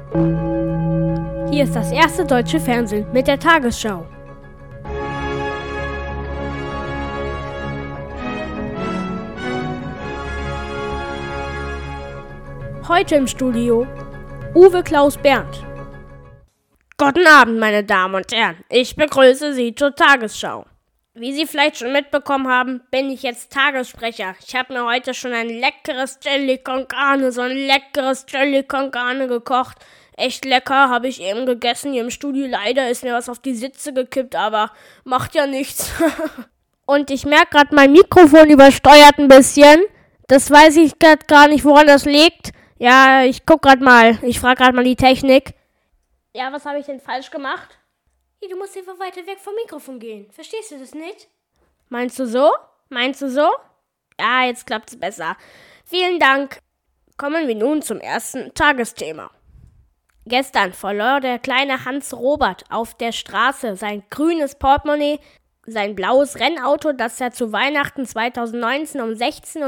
Hier ist das erste deutsche Fernsehen mit der Tagesschau. Heute im Studio Uwe Klaus Berndt. Guten Abend, meine Damen und Herren. Ich begrüße Sie zur Tagesschau. Wie Sie vielleicht schon mitbekommen haben, bin ich jetzt Tagessprecher. Ich habe mir heute schon ein leckeres Jelly con Carne, gekocht. Echt lecker, habe ich eben gegessen hier im Studio. Leider ist mir was auf die Sitze gekippt, aber macht ja nichts. Und ich merke gerade, mein Mikrofon übersteuert ein bisschen. Das weiß ich gerade gar nicht, woran das liegt. Ja, ich guck gerade mal. Ich frage gerade mal die Technik. Ja, was habe ich denn falsch gemacht? Hey, du musst einfach weiter weg vom Mikrofon gehen. Verstehst du das nicht? Meinst du so? Ja, jetzt klappt's besser. Vielen Dank. Kommen wir nun zum ersten Tagesthema. Gestern verlor der kleine Hans Robert auf der Straße sein grünes Portemonnaie, sein blaues Rennauto, das er zu Weihnachten 2019 um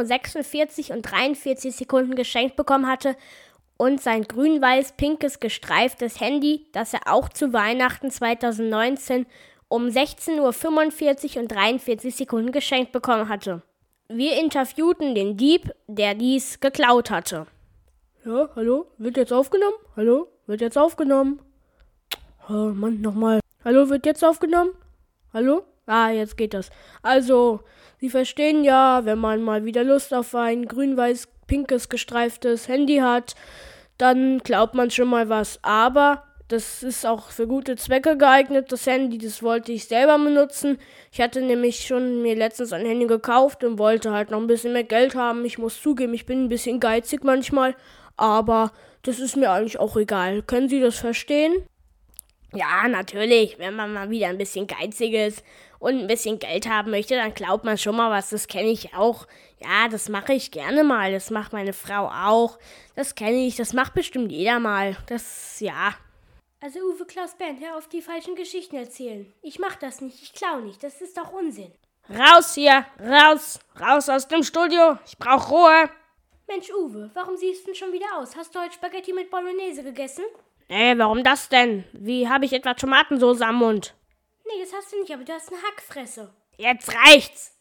16:46 und 43 Sekunden geschenkt bekommen hatte, und sein grün-weiß-pinkes gestreiftes Handy, das er auch zu Weihnachten 2019 um 16:45 und 43 Sekunden geschenkt bekommen hatte. Wir interviewten den Dieb, der dies geklaut hatte. Ja, hallo? Wird jetzt aufgenommen? Hallo? Wird jetzt aufgenommen? Oh Mann, nochmal. Hallo, wird jetzt aufgenommen? Hallo? Ah, jetzt geht das. Also, Sie verstehen ja, wenn man mal wieder Lust auf ein grün-weiß-pinkes gestreiftes Handy hat, dann glaubt man schon mal was. Aber das ist auch für gute Zwecke geeignet, das Handy. Das wollte ich selber benutzen. Ich hatte nämlich schon mir letztens ein Handy gekauft und wollte halt noch ein bisschen mehr Geld haben. Ich muss zugeben, ich bin ein bisschen geizig manchmal, aber das ist mir eigentlich auch egal. Können Sie das verstehen? Ja, natürlich. Wenn man mal wieder ein bisschen geizig ist und ein bisschen Geld haben möchte, dann glaubt man schon mal was. Das kenne ich auch. Ja, das mache ich gerne mal. Das macht meine Frau auch. Das kenne ich. Das macht bestimmt jeder mal. Ja. Also Uwe Klaus Berndt, hör auf die falschen Geschichten erzählen. Ich mach das nicht. Ich klau nicht. Das ist doch Unsinn. Raus hier. Raus. Raus aus dem Studio. Ich brauche Ruhe. Mensch, Uwe, warum siehst du denn schon wieder aus? Hast du heute Spaghetti mit Bolognese gegessen? Nee, warum das denn? Wie, habe ich etwa Tomatensoße am Mund? Nee, das hast du nicht, aber du hast eine Hackfresse. Jetzt reicht's!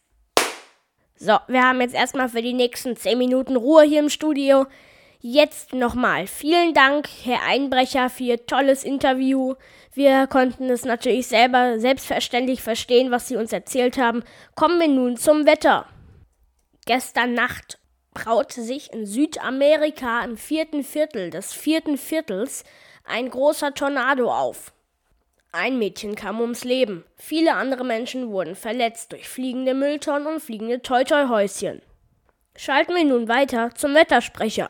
So, wir haben jetzt erstmal für die nächsten 10 Minuten Ruhe hier im Studio. Jetzt nochmal vielen Dank, Herr Einbrecher, für Ihr tolles Interview. Wir konnten es natürlich selbstverständlich verstehen, was Sie uns erzählt haben. Kommen wir nun zum Wetter. Gestern Nacht braute sich in Südamerika im 4. Viertel des 4. Viertels ein großer Tornado auf. Ein Mädchen kam ums Leben. Viele andere Menschen wurden verletzt durch fliegende Mülltonnen und fliegende Toi-Toi-Häuschen. Schalten wir nun weiter zum Wettersprecher.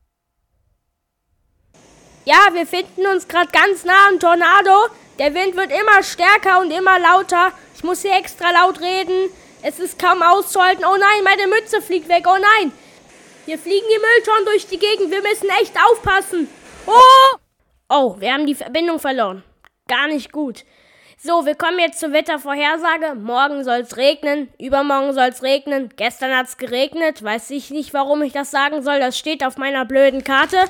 Ja, wir finden uns gerade ganz nah am Tornado. Der Wind wird immer stärker und immer lauter. Ich muss hier extra laut reden. Es ist kaum auszuhalten. Oh nein, meine Mütze fliegt weg. Oh nein. Hier fliegen die Mülltonnen durch die Gegend. Wir müssen echt aufpassen. Oh, wir haben die Verbindung verloren. Gar nicht gut. So, wir kommen jetzt zur Wettervorhersage. Morgen soll es regnen, übermorgen soll es regnen. Gestern hat es geregnet. Weiß ich nicht, warum ich das sagen soll. Das steht auf meiner blöden Karte.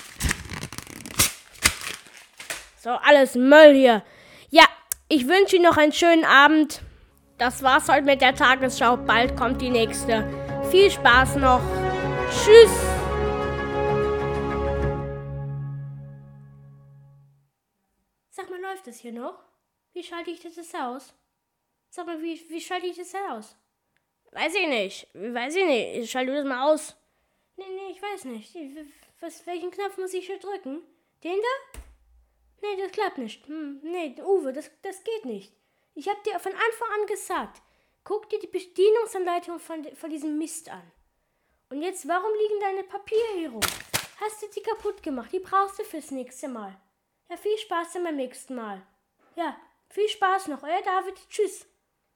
So, alles Müll hier. Ja, ich wünsche Ihnen noch einen schönen Abend. Das war's heute mit der Tagesschau. Bald kommt die nächste. Viel Spaß noch. Tschüss. Sag mal, läuft das hier noch? Wie schalte ich das aus? Sag mal, wie schalte ich das aus? Weiß ich nicht. Ich schalte das mal aus. Nee, ich weiß nicht. Welchen Knopf muss ich hier drücken? Den da? Nee, das klappt nicht. Nee, Uwe, das geht nicht. Ich hab dir von Anfang an gesagt, guck dir die Bedienungsanleitung von diesem Mist an. Und jetzt, warum liegen deine Papiere hier rum? Hast du die kaputt gemacht? Die brauchst du fürs nächste Mal. Ja, viel Spaß dann beim nächsten Mal. Ja, viel Spaß noch. Euer David. Tschüss.